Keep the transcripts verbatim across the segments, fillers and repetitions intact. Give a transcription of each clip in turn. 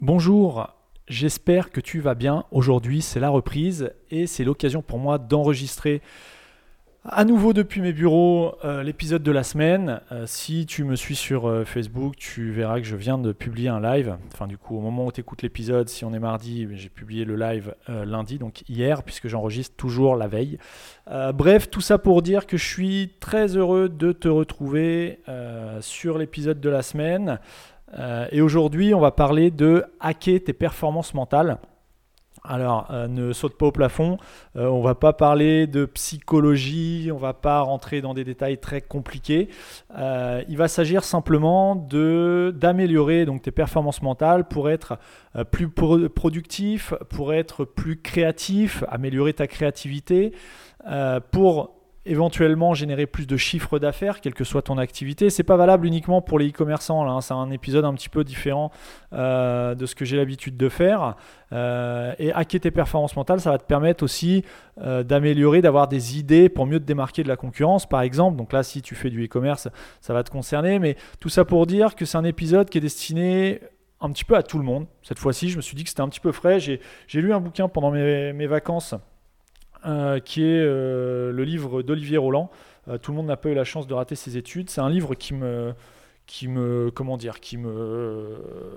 Bonjour, j'espère que tu vas bien. Aujourd'hui, c'est la reprise et c'est l'occasion pour moi d'enregistrer à nouveau depuis mes bureaux euh, l'épisode de la semaine. Euh, si tu me suis sur euh, Facebook, tu verras que je viens de publier un live. Enfin, du coup, au moment où tu écoutes l'épisode, si on est mardi, j'ai publié le live euh, lundi, donc hier, puisque j'enregistre toujours la veille. Euh, bref, tout ça pour dire que je suis très heureux de te retrouver euh, sur l'épisode de la semaine. Euh, et aujourd'hui, on va parler de hacker tes performances mentales. Alors, euh, ne saute pas au plafond, euh, on ne va pas parler de psychologie, on ne va pas rentrer dans des détails très compliqués. Euh, il va s'agir simplement de, d'améliorer donc, tes performances mentales pour être euh, plus pro- productif, pour être plus créatif, améliorer ta créativité, euh, pour éventuellement générer plus de chiffre d'affaires, quelle que soit ton activité. Ce n'est pas valable uniquement pour les e-commerçants, là, hein. C'est un épisode un petit peu différent euh, de ce que j'ai l'habitude de faire. Euh, et hacker tes performances mentales, ça va te permettre aussi euh, d'améliorer, d'avoir des idées pour mieux te démarquer de la concurrence, par exemple. Donc là, si tu fais du e-commerce, ça va te concerner. Mais tout ça pour dire que c'est un épisode qui est destiné un petit peu à tout le monde. Cette fois-ci, je me suis dit que c'était un petit peu frais. J'ai, j'ai lu un bouquin pendant mes, mes vacances Euh, qui est euh, le livre d'Olivier Roland. Euh, tout le monde n'a pas eu la chance de rater ses études. C'est un livre qui me, qui me, comment dire, qui me, euh,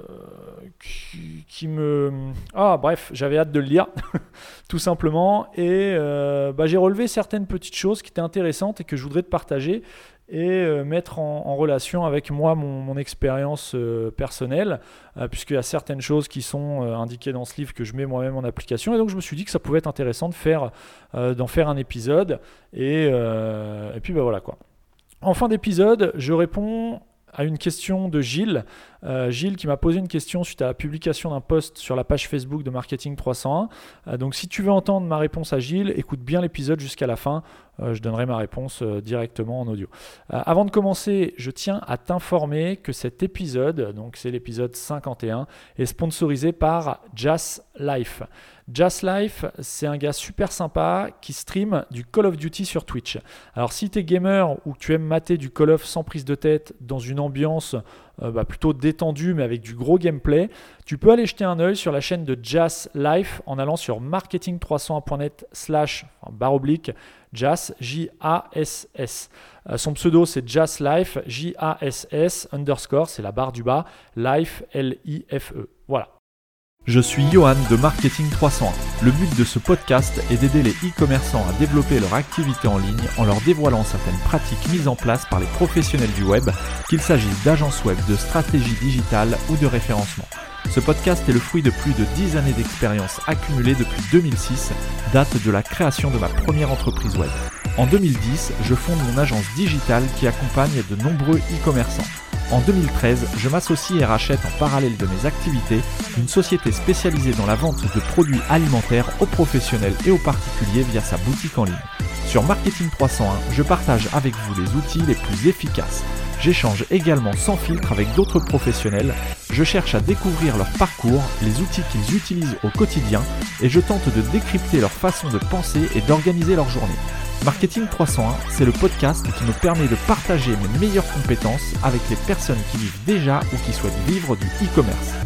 qui, qui me, ah bref, j'avais hâte de le lire, tout simplement. Et euh, bah, j'ai relevé certaines petites choses qui étaient intéressantes et que je voudrais te partager et euh, mettre en, en relation avec moi mon, mon expérience euh, personnelle, euh, puisqu'il y a certaines choses qui sont euh, indiquées dans ce livre que je mets moi-même en application, et donc je me suis dit que ça pouvait être intéressant de faire, euh, d'en faire un épisode, et, euh, et puis bah voilà quoi. En fin d'épisode, je réponds à une question de Gilles. Euh, Gilles qui m'a posé une question suite à la publication d'un post sur la page Facebook de Marketing trois cent un. Euh, donc si tu veux entendre ma réponse à Gilles, écoute bien l'épisode jusqu'à la fin. Euh, je donnerai ma réponse euh, directement en audio. Euh, avant de commencer, je tiens à t'informer que cet épisode, donc c'est l'épisode cinquante et un, est sponsorisé par Jas Life. Jas Life, c'est un gars super sympa qui stream du Call of Duty sur Twitch. Alors si tu es gamer ou que tu aimes mater du Call of sans prise de tête dans une ambiance euh, bah, plutôt détendue mais avec du gros gameplay, tu peux aller jeter un œil sur la chaîne de Jas Life en allant sur marketing trois cent un point net slash barre oblique Jas, J A S S. Euh, son pseudo c'est Jas Life, J A S S underscore, c'est la barre du bas, Life, L I F E. Voilà. Je suis Johan de Marketing trois cent un. Le but de ce podcast est d'aider les e-commerçants à développer leur activité en ligne en leur dévoilant certaines pratiques mises en place par les professionnels du web, qu'il s'agisse d'agences web, de stratégie digitale ou de référencement. Ce podcast est le fruit de plus de dix années d'expérience accumulée depuis deux mille six, date de la création de ma première entreprise web. En deux mille dix, je fonde mon agence digitale qui accompagne de nombreux e-commerçants. En deux mille treize, je m'associe et rachète en parallèle de mes activités une société spécialisée dans la vente de produits alimentaires aux professionnels et aux particuliers via sa boutique en ligne. Sur Marketing trois cent un, je partage avec vous les outils les plus efficaces. J'échange également sans filtre avec d'autres professionnels, je cherche à découvrir leur parcours, les outils qu'ils utilisent au quotidien et je tente de décrypter leur façon de penser et d'organiser leur journée. Marketing trois cent un, c'est le podcast qui me permet de partager mes meilleures compétences avec les personnes qui vivent déjà ou qui souhaitent vivre du e-commerce.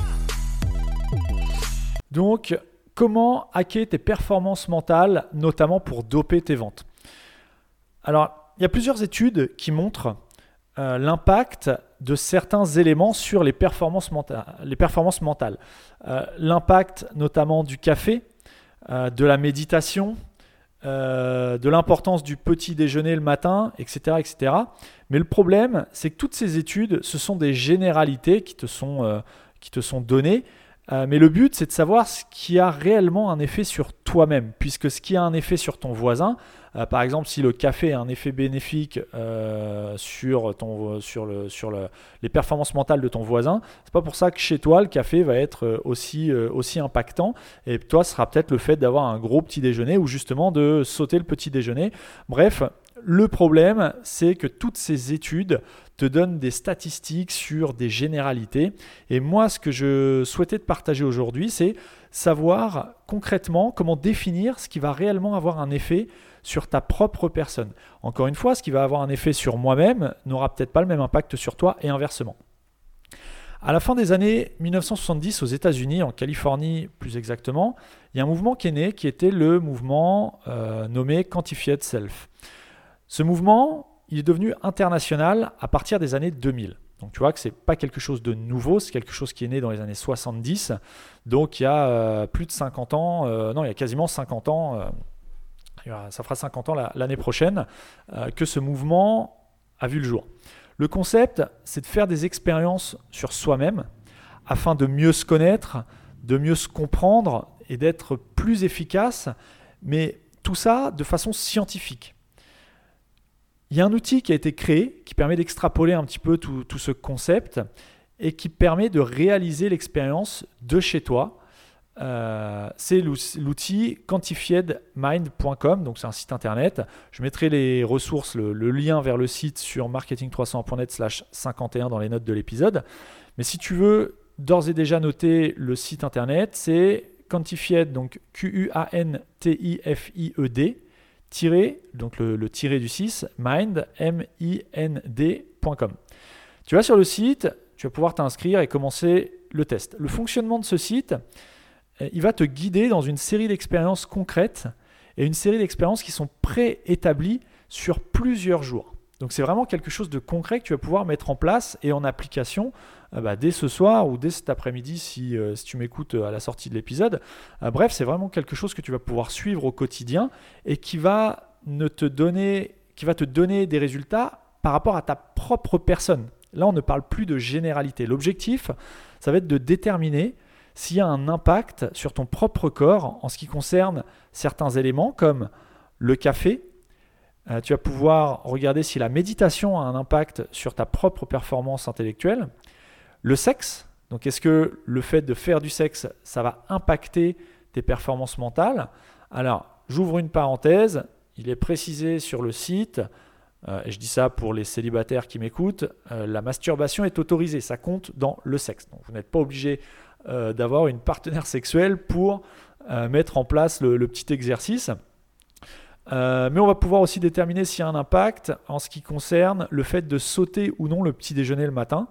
Donc, comment hacker tes performances mentales, notamment pour doper tes ventes? Alors, il y a plusieurs études qui montrent euh, l'impact de certains éléments sur les performances mentales. Les performances mentales. Euh, l'impact notamment du café, euh, de la méditation, Euh, de l'importance du petit déjeuner le matin, et cetera, et cetera. Mais le problème, c'est que toutes ces études, ce sont des généralités qui te sont, euh, qui te sont données. Euh, mais le but, c'est de savoir ce qui a réellement un effet sur toi-même. Puisque ce qui a un effet sur ton voisin, euh, par exemple, si le café a un effet bénéfique euh, sur, ton, sur, le, sur le, les performances mentales de ton voisin, c'est pas pour ça que chez toi, le café va être aussi, euh, aussi impactant. Et toi, ce sera peut-être le fait d'avoir un gros petit déjeuner ou justement de sauter le petit déjeuner. Bref, le problème, c'est que toutes ces études te donnent des statistiques sur des généralités. Et moi, ce que je souhaitais te partager aujourd'hui, c'est savoir concrètement comment définir ce qui va réellement avoir un effet sur ta propre personne. Encore une fois, ce qui va avoir un effet sur moi-même n'aura peut-être pas le même impact sur toi et inversement. À la fin des années dix-neuf cent soixante-dix aux États-Unis, en Californie plus exactement, il y a un mouvement qui est né qui était le mouvement euh, nommé Quantified Self. Ce mouvement, il est devenu international à partir des années deux mille. Donc tu vois que ce n'est pas quelque chose de nouveau, c'est quelque chose qui est né dans les années soixante-dix. Donc il y a euh, plus de cinquante ans, euh, non il y a quasiment cinquante ans, euh, ça fera cinquante ans la, l'année prochaine, euh, que ce mouvement a vu le jour. Le concept, c'est de faire des expériences sur soi-même afin de mieux se connaître, de mieux se comprendre et d'être plus efficace, mais tout ça de façon scientifique. Il y a un outil qui a été créé qui permet d'extrapoler un petit peu tout, tout ce concept et qui permet de réaliser l'expérience de chez toi. Euh, c'est l'outil quantified mind point com, donc c'est un site internet. Je mettrai les ressources, le, le lien vers le site sur marketing trois cents point net slash cinquante et un dans les notes de l'épisode. Mais si tu veux d'ores et déjà noter le site internet, c'est quantified, donc Q U A N T I F I E D, tiré, donc le, le tiré du six, mind, M I N D point com. Tu vas sur le site, tu vas pouvoir t'inscrire et commencer le test. Le fonctionnement de ce site, il va te guider dans une série d'expériences concrètes et une série d'expériences qui sont préétablies sur plusieurs jours. Donc c'est vraiment quelque chose de concret que tu vas pouvoir mettre en place et en application euh, bah, dès ce soir ou dès cet après-midi si, euh, si tu m'écoutes à la sortie de l'épisode. Euh, bref, c'est vraiment quelque chose que tu vas pouvoir suivre au quotidien et qui va, ne te donner, qui va te donner des résultats par rapport à ta propre personne. Là, on ne parle plus de généralité. L'objectif, ça va être de déterminer s'il y a un impact sur ton propre corps en ce qui concerne certains éléments comme le café. Euh, tu vas pouvoir regarder si la méditation a un impact sur ta propre performance intellectuelle. Le sexe, donc est-ce que le fait de faire du sexe, ça va impacter tes performances mentales? Alors, j'ouvre une parenthèse, il est précisé sur le site, euh, et je dis ça pour les célibataires qui m'écoutent, euh, la masturbation est autorisée, ça compte dans le sexe. Donc, vous n'êtes pas obligé euh, d'avoir une partenaire sexuelle pour euh, mettre en place le, le petit exercice. Euh, mais on va pouvoir aussi déterminer s'il y a un impact en ce qui concerne le fait de sauter ou non le petit déjeuner le matin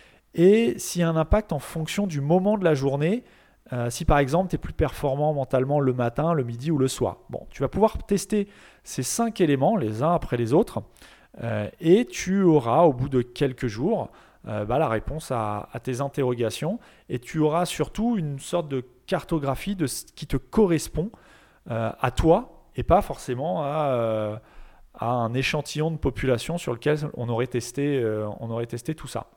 et s'il y a un impact en fonction du moment de la journée, euh, si par exemple tu es plus performant mentalement le matin, le midi ou le soir. Bon, tu vas pouvoir tester ces cinq éléments les uns après les autres euh, et tu auras au bout de quelques jours euh, bah, la réponse à, à tes interrogations et tu auras surtout une sorte de cartographie de ce qui te correspond euh, à toi et pas forcément à, euh, à un échantillon de population sur lequel on aurait testé, euh, on aurait testé tout ça.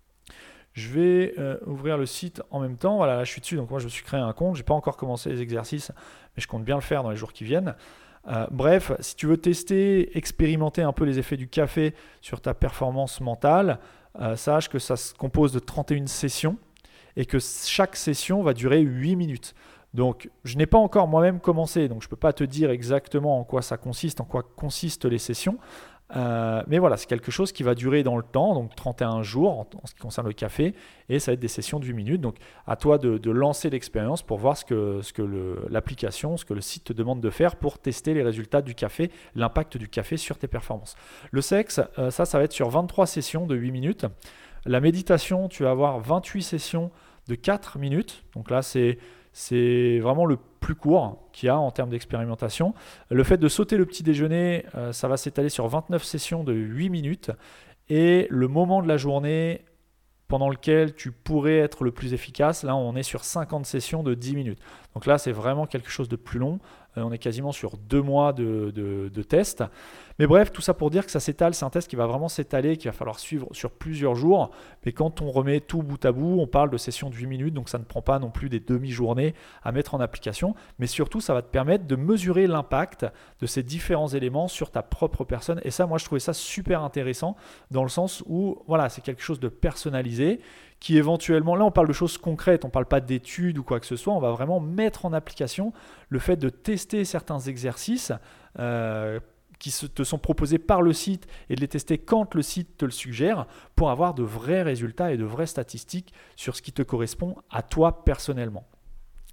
Je vais euh, ouvrir le site en même temps. Voilà, là, je suis dessus, donc moi je me suis créé un compte. Je n'ai pas encore commencé les exercices, mais je compte bien le faire dans les jours qui viennent. Euh, bref, si tu veux tester, expérimenter un peu les effets du café sur ta performance mentale, euh, sache que ça se compose de trente et une sessions et que chaque session va durer huit minutes. Donc, je n'ai pas encore moi-même commencé, donc je ne peux pas te dire exactement en quoi ça consiste, en quoi consistent les sessions. Euh, mais voilà, c'est quelque chose qui va durer dans le temps, donc trente et un jours en, en ce qui concerne le café, et ça va être des sessions de huit minutes. Donc, à toi de, de lancer l'expérience pour voir ce que, ce que le, l'application, ce que le site te demande de faire pour tester les résultats du café, l'impact du café sur tes performances. Le sexe, euh, ça, ça va être sur vingt-trois sessions de huit minutes. La méditation, tu vas avoir vingt-huit sessions de quatre minutes. Donc là, c'est... C'est vraiment le plus court qu'il y a en termes d'expérimentation. Le fait de sauter le petit déjeuner, euh, ça va s'étaler sur vingt-neuf sessions de huit minutes. Et le moment de la journée pendant lequel tu pourrais être le plus efficace, là on est sur cinquante sessions de dix minutes. Donc là c'est vraiment quelque chose de plus long. Euh, on est quasiment sur deux mois de, de, de tests. Mais bref, tout ça pour dire que ça s'étale, c'est un test qui va vraiment s'étaler, qu'il va falloir suivre sur plusieurs jours. Mais quand on remet tout bout à bout, on parle de sessions de huit minutes, donc ça ne prend pas non plus des demi-journées à mettre en application. Mais surtout, ça va te permettre de mesurer l'impact de ces différents éléments sur ta propre personne. Et ça, moi, je trouvais ça super intéressant dans le sens où, voilà, c'est quelque chose de personnalisé qui éventuellement, là on parle de choses concrètes, on ne parle pas d'études ou quoi que ce soit, on va vraiment mettre en application le fait de tester certains exercices euh, qui se, te sont proposés par le site et de les tester quand le site te le suggère pour avoir de vrais résultats et de vraies statistiques sur ce qui te correspond à toi personnellement.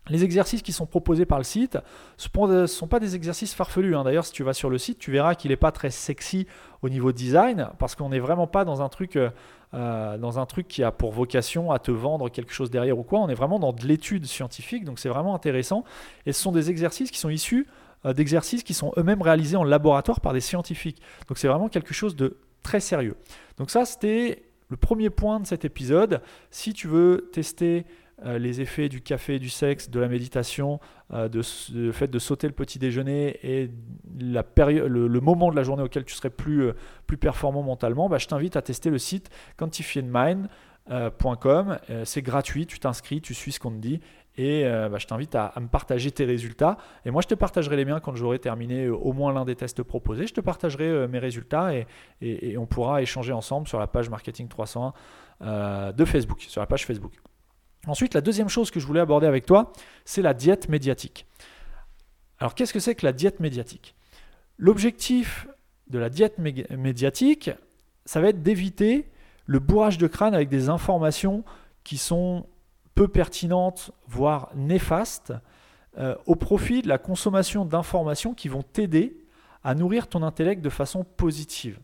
Les exercices qui sont proposés par le site ne sont pas des exercices farfelus. Hein. D'ailleurs, si tu vas sur le site, tu verras qu'il n'est pas très sexy au niveau design parce qu'on n'est vraiment pas dans un truc, euh, dans un truc qui a pour vocation à te vendre quelque chose derrière ou quoi. On est vraiment dans de l'étude scientifique, donc c'est vraiment intéressant. Et ce sont des exercices qui sont issus euh, d'exercices qui sont eux-mêmes réalisés en laboratoire par des scientifiques. Donc c'est vraiment quelque chose de très sérieux. Donc ça, c'était le premier point de cet épisode. Si tu veux tester Euh, les effets du café, du sexe, de la méditation, euh, de, de, le fait de sauter le petit déjeuner et la péri- le, le moment de la journée auquel tu serais plus, euh, plus performant mentalement, bah, je t'invite à tester le site quantified mind point com. Euh, c'est gratuit, tu t'inscris, tu suis ce qu'on te dit et euh, bah, je t'invite à, à me partager tes résultats. Et moi, je te partagerai les miens quand j'aurai terminé euh, au moins l'un des tests proposés. Je te partagerai euh, mes résultats et, et, et on pourra échanger ensemble sur la page Marketing trois cent un euh, de Facebook, sur la page Facebook. Ensuite, la deuxième chose que je voulais aborder avec toi, c'est la diète médiatique. Alors, qu'est-ce que c'est que la diète médiatique ? L'objectif de la diète mé- médiatique, ça va être d'éviter le bourrage de crâne avec des informations qui sont peu pertinentes, voire néfastes, euh, au profit de la consommation d'informations qui vont t'aider à nourrir ton intellect de façon positive.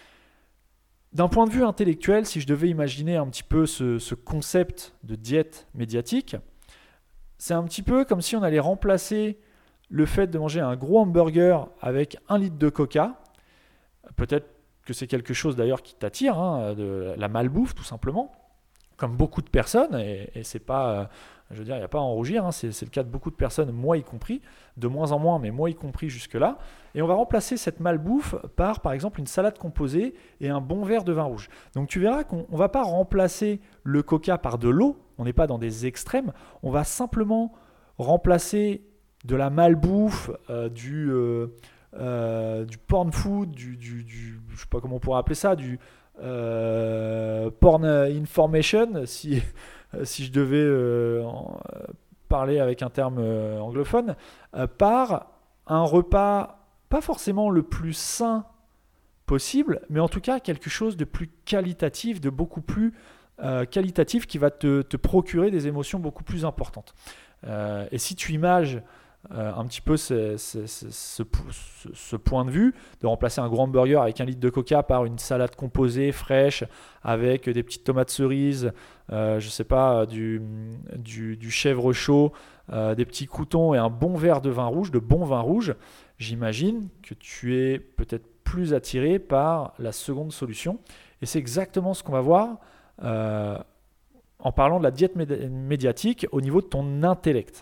D'un point de vue intellectuel, si je devais imaginer un petit peu ce, ce concept de diète médiatique, c'est un petit peu comme si on allait remplacer le fait de manger un gros hamburger avec un litre de coca. Peut-être que c'est quelque chose d'ailleurs qui t'attire, hein, de la malbouffe tout simplement, comme beaucoup de personnes, et, et c'est pas, euh, je veux dire, il n'y a pas à en rougir, hein, c'est, c'est le cas de beaucoup de personnes, moi y compris, de moins en moins, mais moi y compris jusque-là. Et on va remplacer cette malbouffe par, par exemple, une salade composée et un bon verre de vin rouge. Donc tu verras qu'on ne va pas remplacer le coca par de l'eau, on n'est pas dans des extrêmes, on va simplement remplacer de la malbouffe, euh, du, euh, euh, du porn food, du, du, du, je ne sais pas comment on pourrait appeler ça, du euh, porn information, si, si je devais euh, en, euh, parler avec un terme euh, anglophone, euh, par un repas pas forcément le plus sain possible, mais en tout cas quelque chose de plus qualitatif, de beaucoup plus euh, qualitatif qui va te, te procurer des émotions beaucoup plus importantes. Euh, et si tu images euh, un petit peu ce, ce, ce, ce, ce point de vue, de remplacer un gros hamburger avec un litre de coca par une salade composée, fraîche, avec des petites tomates cerises, euh, je sais pas, du, du, du chèvre chaud, euh, des petits croûtons et un bon verre de vin rouge, de bon vin rouge, j'imagine que tu es peut-être plus attiré par la seconde solution. Et c'est exactement ce qu'on va voir euh, en parlant de la diète médi- médiatique au niveau de ton intellect.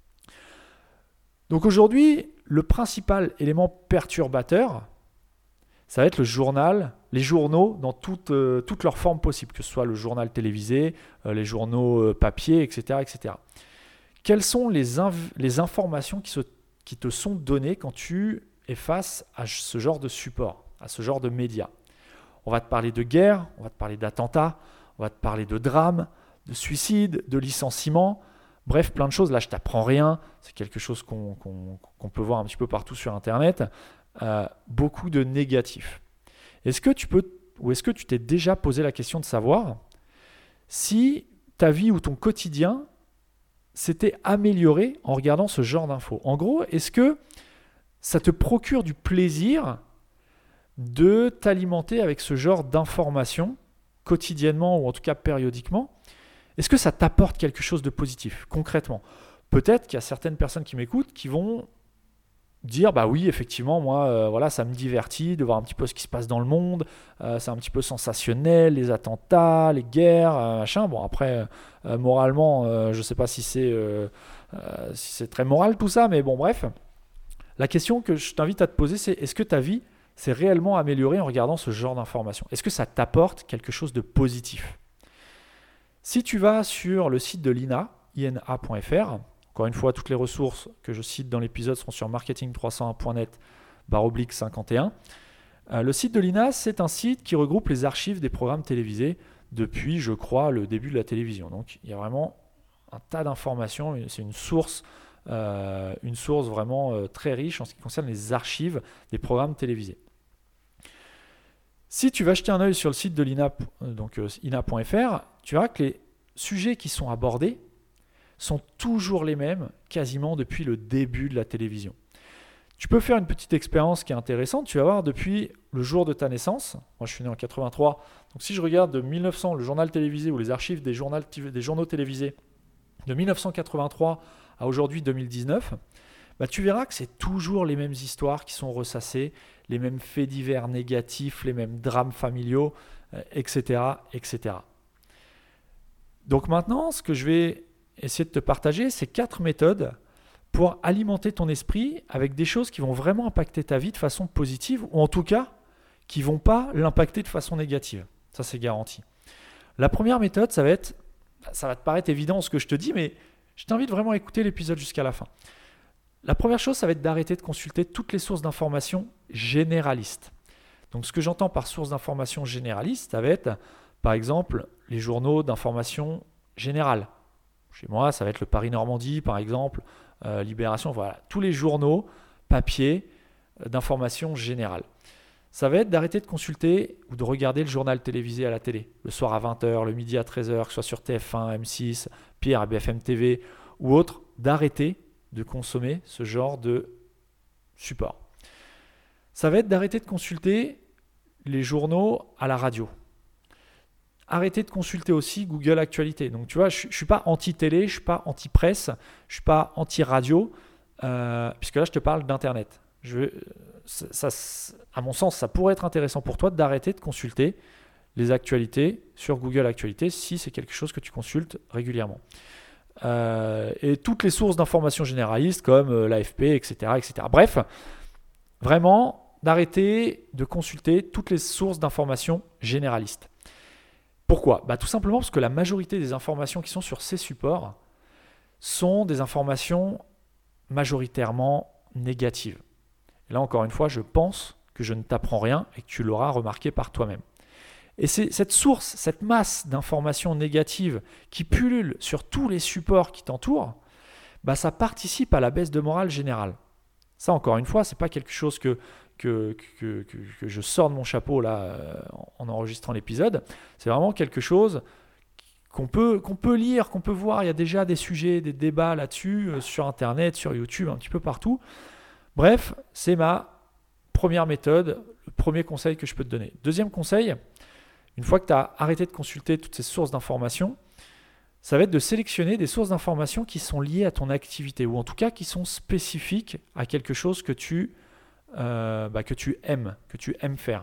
Donc aujourd'hui, le principal élément perturbateur, ça va être le journal, les journaux dans toutes, euh, toutes leurs formes possibles, que ce soit le journal télévisé, euh, les journaux euh, papier, et cetera, et cetera. Quelles sont les, inv- les informations qui, se, qui te sont données quand tu es face à ce genre de support, à ce genre de médias ? On va te parler de guerre, on va te parler d'attentats, on va te parler de drames, de suicides, de licenciements, bref, plein de choses. Là, je ne t'apprends rien, c'est quelque chose qu'on, qu'on, qu'on peut voir un petit peu partout sur Internet. Euh, beaucoup de négatifs. Est-ce que tu peux, ou est-ce que tu t'es déjà posé la question de savoir si ta vie ou ton quotidien s'était amélioré en regardant ce genre d'infos ? En gros, est-ce que ça te procure du plaisir de t'alimenter avec ce genre d'informations quotidiennement ou en tout cas périodiquement ? Est-ce que ça t'apporte quelque chose de positif, concrètement ? Peut-être qu'il y a certaines personnes qui m'écoutent qui vont dire bah oui, effectivement, moi, euh, voilà, ça me divertit de voir un petit peu ce qui se passe dans le monde, euh, c'est un petit peu sensationnel, les attentats, les guerres, euh, machin. Bon, après, euh, moralement, euh, je ne sais pas si c'est, euh, euh, si c'est très moral tout ça, mais bon, bref. La question que je t'invite à te poser, c'est est-ce que ta vie s'est réellement améliorée en regardant ce genre d'informations ? Est-ce que ça t'apporte quelque chose de positif ? Si tu vas sur le site de l'I N A, I N A point F R, encore une fois, toutes les ressources que je cite dans l'épisode seront sur marketing trois cent un point net barre oblique cinquante et un. Euh, le site de l'I N A, c'est un site qui regroupe les archives des programmes télévisés depuis, je crois, le début de la télévision. Donc, il y a vraiment un tas d'informations. C'est une source, euh, une source vraiment euh, très riche en ce qui concerne les archives des programmes télévisés. Si tu vas jeter un œil sur le site de l'I N A, donc euh, I N A point F R, tu verras que les sujets qui sont abordés sont toujours les mêmes, quasiment depuis le début de la télévision. Tu peux faire une petite expérience qui est intéressante. Tu vas voir depuis le jour de ta naissance. Moi, je suis né en quatre-vingt-trois. Donc, si je regarde de mille neuf cents, le journal télévisé ou les archives des, journal, des journaux télévisés de mille neuf cent quatre-vingt-trois à aujourd'hui deux mille dix-neuf, bah, tu verras que c'est toujours les mêmes histoires qui sont ressassées, les mêmes faits divers négatifs, les mêmes drames familiaux, euh, et cetera, et cetera. Donc maintenant, ce que je vais essayer de te partager, c'est quatre méthodes pour alimenter ton esprit avec des choses qui vont vraiment impacter ta vie de façon positive, ou en tout cas, qui ne vont pas l'impacter de façon négative. Ça, c'est garanti. La première méthode, ça va être, ça va te paraître évident ce que je te dis, mais je t'invite vraiment à écouter l'épisode jusqu'à la fin. La première chose, ça va être d'arrêter de consulter toutes les sources d'informations généralistes. Donc, ce que j'entends par sources d'informations généralistes, ça va être, par exemple, les journaux d'information générale. Chez moi, ça va être le Paris-Normandie, par exemple, euh, Libération, voilà. Tous les journaux papier euh, d'information générale. Ça va être d'arrêter de consulter ou de regarder le journal télévisé à la télé, le soir à vingt heures, le midi à treize heures, que ce soit sur T F un, M six, Pierre, B F M T V ou autre, d'arrêter de consommer ce genre de support. Ça va être d'arrêter de consulter les journaux à la radio. Arrêtez de consulter aussi Google Actualité. Donc, tu vois, je ne suis pas anti-télé, je ne suis pas anti-presse, je ne suis pas anti-radio, euh, puisque là, je te parle d'Internet. Je, ça, ça, à mon sens, ça pourrait être intéressant pour toi d'arrêter de consulter les actualités sur Google Actualité si c'est quelque chose que tu consultes régulièrement. Euh, et toutes les sources d'informations généralistes comme euh, l'A F P, et cetera, et cetera. Bref, vraiment, d'arrêter de consulter toutes les sources d'informations généralistes. Pourquoi ? Bah, tout simplement parce que la majorité des informations qui sont sur ces supports sont des informations majoritairement négatives. Et là, encore une fois, je pense que je ne t'apprends rien et que tu l'auras remarqué par toi-même. Et c'est cette source, cette masse d'informations négatives qui pullulent sur tous les supports qui t'entourent, bah, ça participe à la baisse de morale générale. Ça, encore une fois, ce n'est pas quelque chose que, que, que, que, que je sors de mon chapeau là, euh, en enregistrant l'épisode. C'est vraiment quelque chose qu'on peut, qu'on peut lire, qu'on peut voir. Il y a déjà des sujets, des débats là-dessus, euh, sur Internet, sur YouTube, un petit peu partout. Bref, c'est ma première méthode, le premier conseil que je peux te donner. Deuxième conseil, une fois que tu as arrêté de consulter toutes ces sources d'informations, ça va être de sélectionner des sources d'informations qui sont liées à ton activité ou en tout cas qui sont spécifiques à quelque chose que tu, euh, bah, que tu aimes, que tu aimes faire.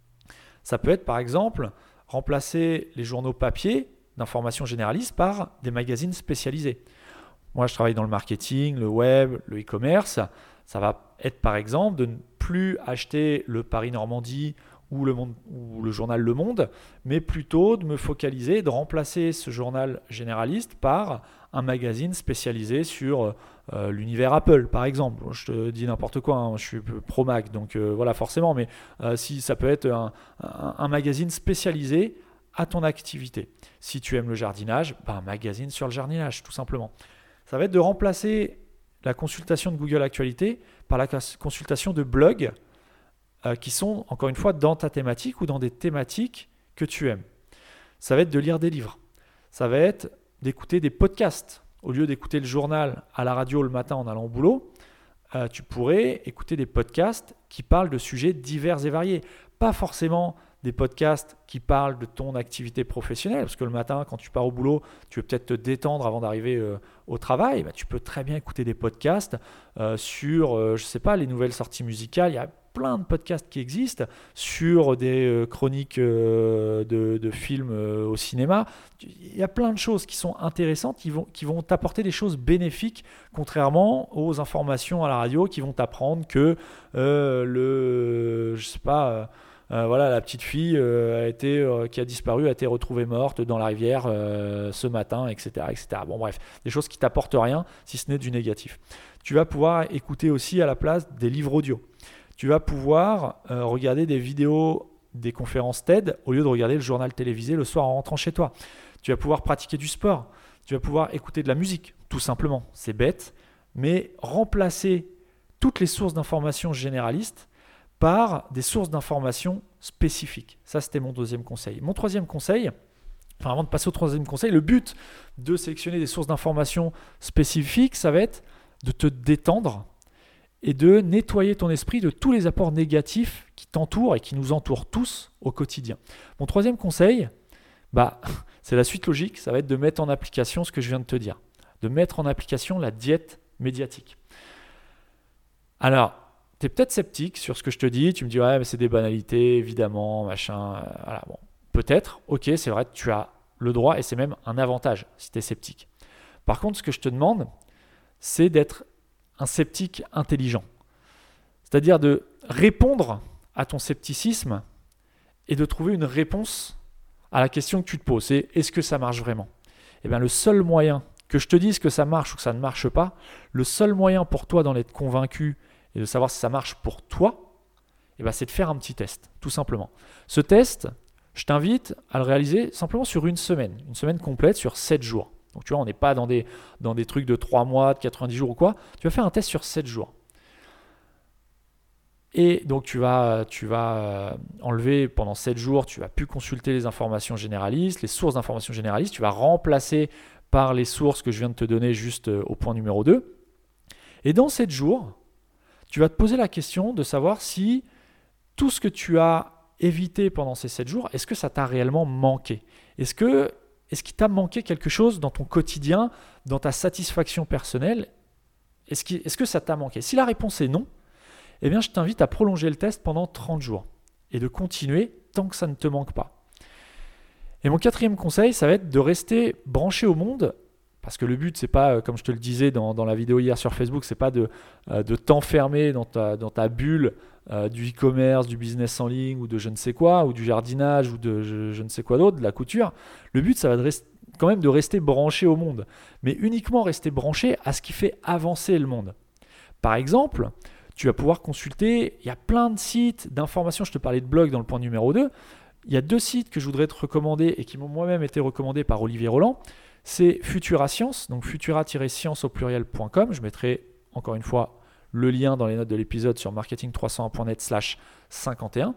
Ça peut être par exemple remplacer les journaux papier d'informations généralistes par des magazines spécialisés. Moi, je travaille dans le marketing, le web, le e-commerce. Ça va être par exemple de ne plus acheter le Paris-Normandie ou le, monde, ou le journal Le Monde, mais plutôt de me focaliser, de remplacer ce journal généraliste par un magazine spécialisé sur euh, l'univers Apple, par exemple. Je te dis n'importe quoi, hein, je suis pro Mac, donc euh, voilà forcément, mais euh, si ça peut être un, un, un magazine spécialisé à ton activité. Si tu aimes le jardinage, bah, un magazine sur le jardinage, tout simplement. Ça va être de remplacer la consultation de Google Actualité par la consultation de blogs euh, qui sont, encore une fois, dans ta thématique ou dans des thématiques que tu aimes. Ça va être de lire des livres. Ça va être d'écouter des podcasts. Au lieu d'écouter le journal à la radio le matin en allant au boulot, euh, tu pourrais écouter des podcasts qui parlent de sujets divers et variés. Pas forcément des podcasts qui parlent de ton activité professionnelle, parce que le matin, quand tu pars au boulot, tu veux peut-être te détendre avant d'arriver euh, au travail. Bah, tu peux très bien écouter des podcasts euh, sur, euh, je ne sais pas, les nouvelles sorties musicales. Il y a plein de podcasts qui existent sur des euh, chroniques euh, de, de films euh, au cinéma. Il y a plein de choses qui sont intéressantes, qui vont, qui vont t'apporter des choses bénéfiques, contrairement aux informations à la radio qui vont t'apprendre que euh, le, je sais pas, euh, Euh, voilà, la petite fille euh, a été, euh, qui a disparu a été retrouvée morte dans la rivière euh, ce matin, et cetera, et cetera. Bon bref, des choses qui t'apportent rien si ce n'est du négatif. Tu vas pouvoir écouter aussi à la place des livres audio. Tu vas pouvoir euh, regarder des vidéos, des conférences TED au lieu de regarder le journal télévisé le soir en rentrant chez toi. Tu vas pouvoir pratiquer du sport. Tu vas pouvoir écouter de la musique, tout simplement. C'est bête, mais remplacer toutes les sources d'informations généralistes par des sources d'informations spécifiques. Ça, c'était mon deuxième conseil. Mon troisième conseil, enfin avant de passer au troisième conseil, le but de sélectionner des sources d'informations spécifiques, ça va être de te détendre et de nettoyer ton esprit de tous les apports négatifs qui t'entourent et qui nous entourent tous au quotidien. Mon troisième conseil, bah, c'est la suite logique, ça va être de mettre en application ce que je viens de te dire, de mettre en application la diète médiatique. Alors, tu es peut-être sceptique sur ce que je te dis, tu me dis ouais mais c'est des banalités, évidemment, machin, euh, voilà, bon, peut-être, ok, c'est vrai, tu as le droit et c'est même un avantage si tu es sceptique. Par contre, ce que je te demande, c'est d'être un sceptique intelligent, c'est-à-dire de répondre à ton scepticisme et de trouver une réponse à la question que tu te poses, c'est est-ce que ça marche vraiment ? Eh bien, le seul moyen que je te dise que ça marche ou que ça ne marche pas, le seul moyen pour toi d'en être convaincu et de savoir si ça marche pour toi, eh bien, c'est de faire un petit test, tout simplement. Ce test, je t'invite à le réaliser simplement sur une semaine, une semaine complète sur sept jours. Donc tu vois, on n'est pas dans des, dans des trucs de trois mois, de quatre-vingt-dix jours ou quoi. Tu vas faire un test sur sept jours. Et donc tu vas, tu vas enlever pendant sept jours, tu vas plus consulter les informations généralistes, les sources d'informations généralistes, tu vas remplacer par les sources que je viens de te donner juste au point numéro deux. Et dans sept jours, tu vas te poser la question de savoir si tout ce que tu as évité pendant ces sept jours, est-ce que ça t'a réellement manqué ? Est-ce que, est-ce qu'il t'a manqué quelque chose dans ton quotidien, dans ta satisfaction personnelle ? Est-ce que, est-ce que ça t'a manqué ? Si la réponse est non, eh bien je t'invite à prolonger le test pendant trente jours et de continuer tant que ça ne te manque pas. Et mon quatrième conseil, ça va être de rester branché au monde, parce que le but, c'est pas, comme je te le disais dans, dans la vidéo hier sur Facebook, c'est pas de, de t'enfermer dans ta, dans ta bulle euh, du e-commerce, du business en ligne ou de je ne sais quoi, ou du jardinage ou de je, je ne sais quoi d'autre, de la couture. Le but, ça va être quand même de rester branché au monde, mais uniquement rester branché à ce qui fait avancer le monde. Par exemple, tu vas pouvoir consulter, il y a plein de sites d'informations, je te parlais de blog dans le point numéro deux, il y a deux sites que je voudrais te recommander et qui m'ont moi-même été recommandés par Olivier Roland. C'est Futura Science, donc futura tiret science au pluriel point com. Je mettrai encore une fois le lien dans les notes de l'épisode sur marketing trois cent un point net slash cinquante et un.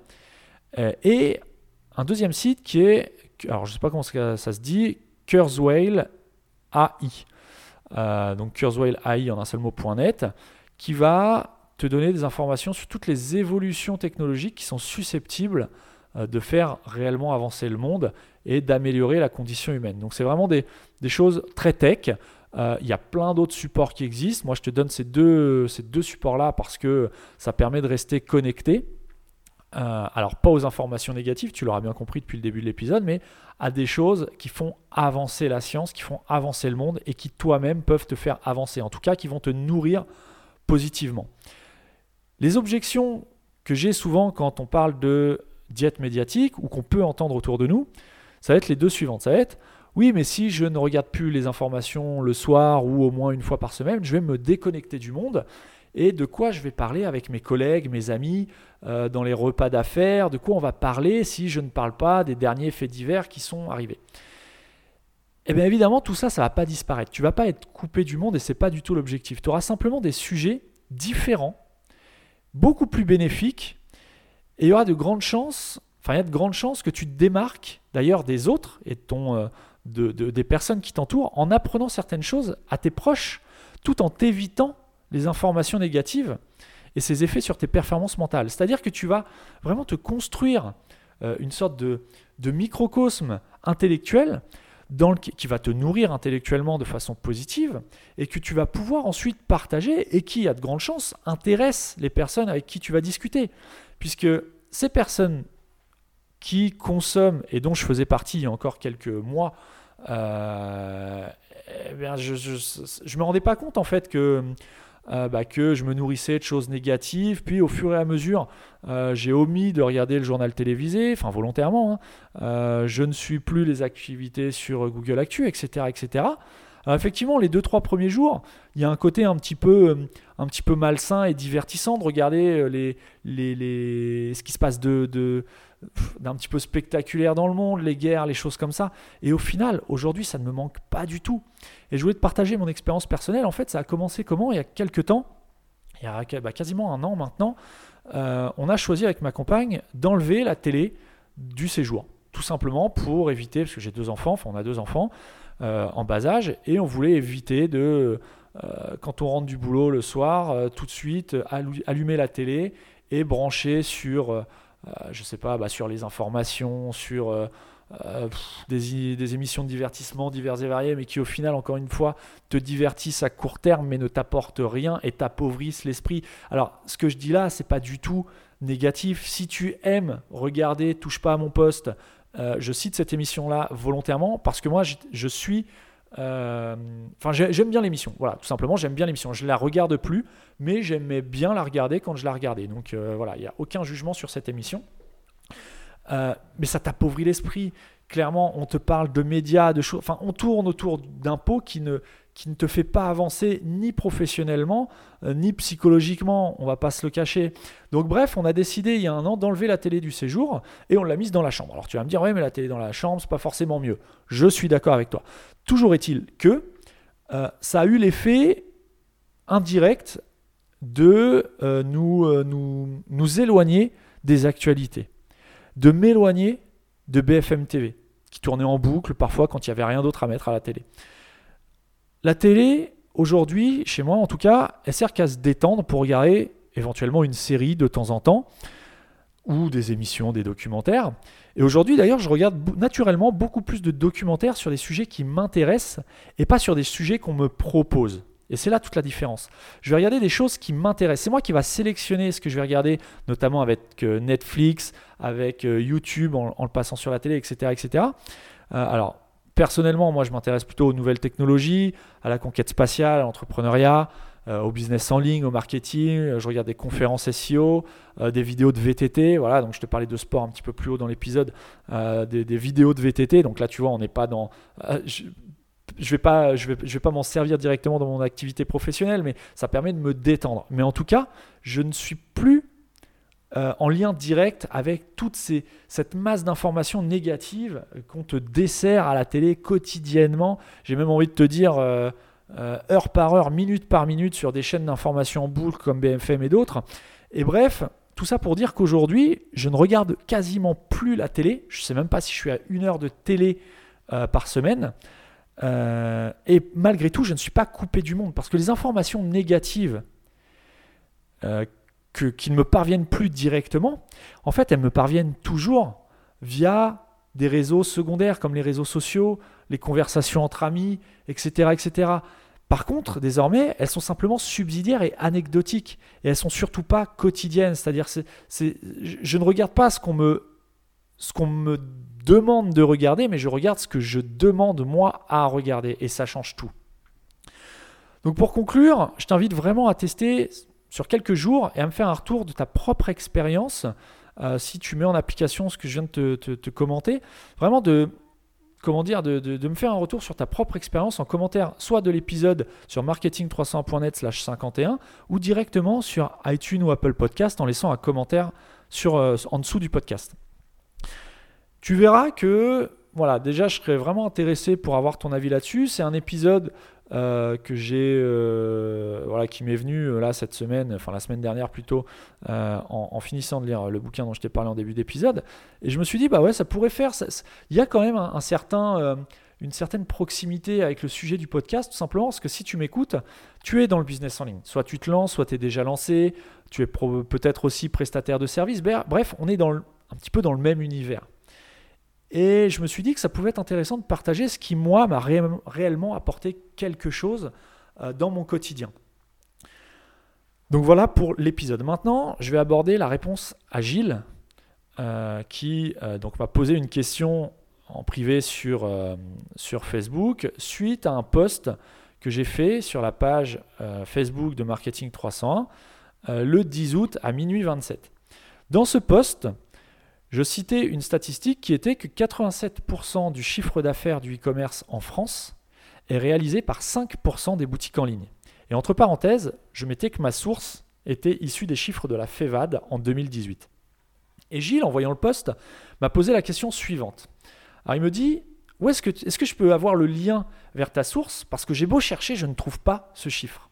Et un deuxième site qui est, alors je ne sais pas comment ça, ça se dit, Kurzweil A I. Euh, donc Kurzweil A I en un seul mot point net, qui va te donner des informations sur toutes les évolutions technologiques qui sont susceptibles de faire réellement avancer le monde et d'améliorer la condition humaine. Donc c'est vraiment des, des choses très tech. Euh, il y a plein d'autres supports qui existent. Moi je te donne ces deux, ces deux supports-là parce que ça permet de rester connecté. Euh, alors pas aux informations négatives, tu l'auras bien compris depuis le début de l'épisode, mais à des choses qui font avancer la science, qui font avancer le monde et qui toi-même peuvent te faire avancer. En tout cas, qui vont te nourrir positivement. Les objections que j'ai souvent quand on parle de diète médiatique ou qu'on peut entendre autour de nous, ça va être les deux suivantes. Ça va être, oui, mais si je ne regarde plus les informations le soir ou au moins une fois par semaine, je vais me déconnecter du monde. Et de quoi je vais parler avec mes collègues, mes amis, euh, dans les repas d'affaires, de quoi on va parler si je ne parle pas des derniers faits divers qui sont arrivés. Eh bien évidemment, tout ça, ça ne va pas disparaître. Tu ne vas pas être coupé du monde et ce n'est pas du tout l'objectif. Tu auras simplement des sujets différents, beaucoup plus bénéfiques. Et il y aura de grandes chances, enfin il y a de grandes chances que tu te démarques d'ailleurs des autres et de ton, euh, de, de, des personnes qui t'entourent en apprenant certaines choses à tes proches, tout en t'évitant les informations négatives et ses effets sur tes performances mentales. C'est-à-dire que tu vas vraiment te construire euh, une sorte de, de microcosme intellectuel dans le, qui va te nourrir intellectuellement de façon positive et que tu vas pouvoir ensuite partager et qui, à de grandes chances, intéresse les personnes avec qui tu vas discuter. Puisque ces personnes qui consomment, et dont je faisais partie il y a encore quelques mois, euh, eh bien je ne me rendais pas compte en fait que, euh, bah, que je me nourrissais de choses négatives. Puis au fur et à mesure, euh, j'ai omis de regarder le journal télévisé, enfin volontairement. Hein. Euh, je ne suis plus les activités sur Google Actu, et cetera et cetera. Alors effectivement, les deux, trois premiers jours, il y a un côté un petit peu, un petit peu malsain et divertissant de regarder les, les, les, ce qui se passe de, de, d'un petit peu spectaculaire dans le monde, les guerres, les choses comme ça. Et au final, aujourd'hui, ça ne me manque pas du tout. Et je voulais te partager mon expérience personnelle. En fait, ça a commencé comment ? Il y a quelques temps, il y a bah, quasiment un an maintenant, euh, on a choisi avec ma compagne d'enlever la télé du séjour. tout simplement pour éviter, parce que j'ai deux enfants, enfin on a deux enfants euh, en bas âge, et on voulait éviter de, euh, quand on rentre du boulot le soir, euh, tout de suite allumer la télé et brancher sur, euh, je sais pas, bah, sur les informations, sur euh, euh, pff, des, des émissions de divertissement diverses et variées, mais qui au final, encore une fois, te divertissent à court terme, mais ne t'apportent rien et t'appauvrissent l'esprit. Alors, ce que je dis là, c'est pas du tout négatif. Si tu aimes regarder Touche pas à mon poste, euh, je cite cette émission-là volontairement parce que moi, je, je suis... Euh, enfin, j'aime bien l'émission. Voilà, tout simplement, j'aime bien l'émission. Je la regarde plus, mais j'aimais bien la regarder quand je la regardais. Donc euh, voilà, il n'y a aucun jugement sur cette émission. Euh, mais ça t'appauvrit l'esprit. Clairement, on te parle de médias, de choses. Enfin, on tourne autour d'un pot qui ne, qui ne te fait pas avancer ni professionnellement, euh, ni psychologiquement. On va pas se le cacher. Donc, bref, on a décidé il y a un an d'enlever la télé du séjour et on l'a mise dans la chambre. Alors, tu vas me dire, ouais, mais la télé dans la chambre, c'est pas forcément mieux. Je suis d'accord avec toi. Toujours est-il que euh, ça a eu l'effet indirect de euh, nous, euh, nous, nous éloigner des actualités, de m'éloigner de B F M T V, qui tournait en boucle parfois quand il n'y avait rien d'autre à mettre à la télé. La télé, aujourd'hui, chez moi en tout cas, elle sert qu'à se détendre pour regarder éventuellement une série de temps en temps, ou des émissions, des documentaires. Et aujourd'hui, d'ailleurs, je regarde naturellement beaucoup plus de documentaires sur des sujets qui m'intéressent et pas sur des sujets qu'on me propose. Et c'est là toute la différence. Je vais regarder des choses qui m'intéressent. C'est moi qui va sélectionner ce que je vais regarder, notamment avec Netflix, avec YouTube, en, en le passant sur la télé, et cetera, et cetera. Euh, alors, personnellement, moi, je m'intéresse plutôt aux nouvelles technologies, à la conquête spatiale, à l'entrepreneuriat, euh, au business en ligne, au marketing. Je regarde des conférences S E O, euh, des vidéos de V T T. Voilà, donc je te parlais de sport un petit peu plus haut dans l'épisode, euh, des, des vidéos de V T T. Donc là, tu vois, on n'est pas dans... Euh, je, je vais pas, je vais, je vais pas m'en servir directement dans mon activité professionnelle, mais ça permet de me détendre. Mais en tout cas, je ne suis plus euh, en lien direct avec toute ces, cette masse d'informations négatives qu'on te dessert à la télé quotidiennement. J'ai même envie de te dire euh, euh, heure par heure, minute par minute sur des chaînes d'informations en boucle comme B F M et d'autres. Et bref, tout ça pour dire qu'aujourd'hui, je ne regarde quasiment plus la télé. Je ne sais même pas si je suis à une heure de télé euh, par semaine. Euh, et malgré tout, je ne suis pas coupé du monde parce que les informations négatives euh, que, qui ne me parviennent plus directement, en fait, elles me parviennent toujours via des réseaux secondaires comme les réseaux sociaux, les conversations entre amis, et cetera, et cetera. Par contre, désormais, elles sont simplement subsidiaires et anecdotiques et elles ne sont surtout pas quotidiennes. C'est-à-dire, c'est, c'est, je ne regarde pas ce qu'on me, ce qu'on me demande de regarder, mais je regarde ce que je demande moi à regarder et ça change tout. Donc pour conclure, je t'invite vraiment à tester sur quelques jours et à me faire un retour de ta propre expérience euh, si tu mets en application ce que je viens de te, te, te commenter, vraiment de, comment dire, de, de, de me faire un retour sur ta propre expérience en commentaire, soit de l'épisode sur marketing trois cents point net slash cinquante et un ou directement sur iTunes ou Apple Podcast en laissant un commentaire sur, euh, en dessous du podcast. Tu verras que, voilà, déjà, je serais vraiment intéressé pour avoir ton avis là-dessus. C'est un épisode euh, que j'ai, euh, voilà, qui m'est venu euh, là cette semaine, enfin la semaine dernière plutôt, euh, en, en finissant de lire le bouquin dont je t'ai parlé en début d'épisode. Et je me suis dit, bah ouais, ça pourrait faire. Il y a quand même un, un certain, euh, une certaine proximité avec le sujet du podcast, tout simplement parce que si tu m'écoutes, tu es dans le business en ligne. Soit tu te lances, soit tu es déjà lancé, tu es pro- peut-être aussi prestataire de service. Bref, on est dans le, un petit peu dans le même univers. Et je me suis dit que ça pouvait être intéressant de partager ce qui, moi, m'a ré- réellement apporté quelque chose euh, dans mon quotidien. Donc voilà pour l'épisode. Maintenant, je vais aborder la réponse à Gilles, euh, qui euh, donc, m'a posé une question en privé sur, euh, sur Facebook, suite à un post que j'ai fait sur la page euh, Facebook de Marketing trois cent un euh, le dix août à minuit vingt-sept. Dans ce post, je citais une statistique qui était que quatre-vingt-sept pour cent du chiffre d'affaires du e-commerce en France est réalisé par cinq pour cent des boutiques en ligne. Et entre parenthèses, je mettais que ma source était issue des chiffres de la FEVAD en deux mille dix-huit. Et Gilles, en voyant le post, m'a posé la question suivante. Alors il me dit, où est-ce que, est-ce que je peux avoir le lien vers ta source ? Parce que j'ai beau chercher, je ne trouve pas ce chiffre.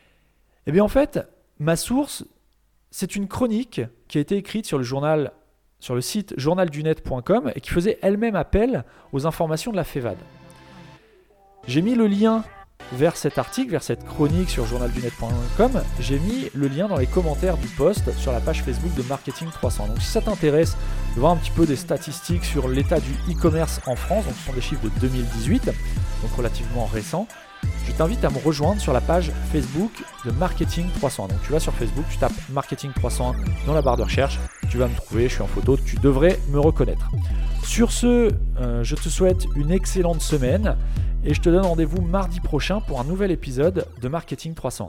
Eh bien en fait, ma source, c'est une chronique qui a été écrite sur le journal sur le site journal du net point com et qui faisait elle-même appel aux informations de la FEVAD. J'ai mis le lien vers cet article, vers cette chronique sur journal du net point com, j'ai mis le lien dans les commentaires du post sur la page Facebook de Marketing trois cents. Donc si ça t'intéresse de voir un petit peu des statistiques sur l'état du e-commerce en France, donc ce sont des chiffres de deux mille dix-huit, donc relativement récents, je t'invite à me rejoindre sur la page Facebook de Marketing trois cent un. Donc tu vas sur Facebook, tu tapes Marketing trois cent un dans la barre de recherche, tu vas me trouver, je suis en photo, tu devrais me reconnaître. Sur ce, euh, je te souhaite une excellente semaine et je te donne rendez-vous mardi prochain pour un nouvel épisode de Marketing trois cent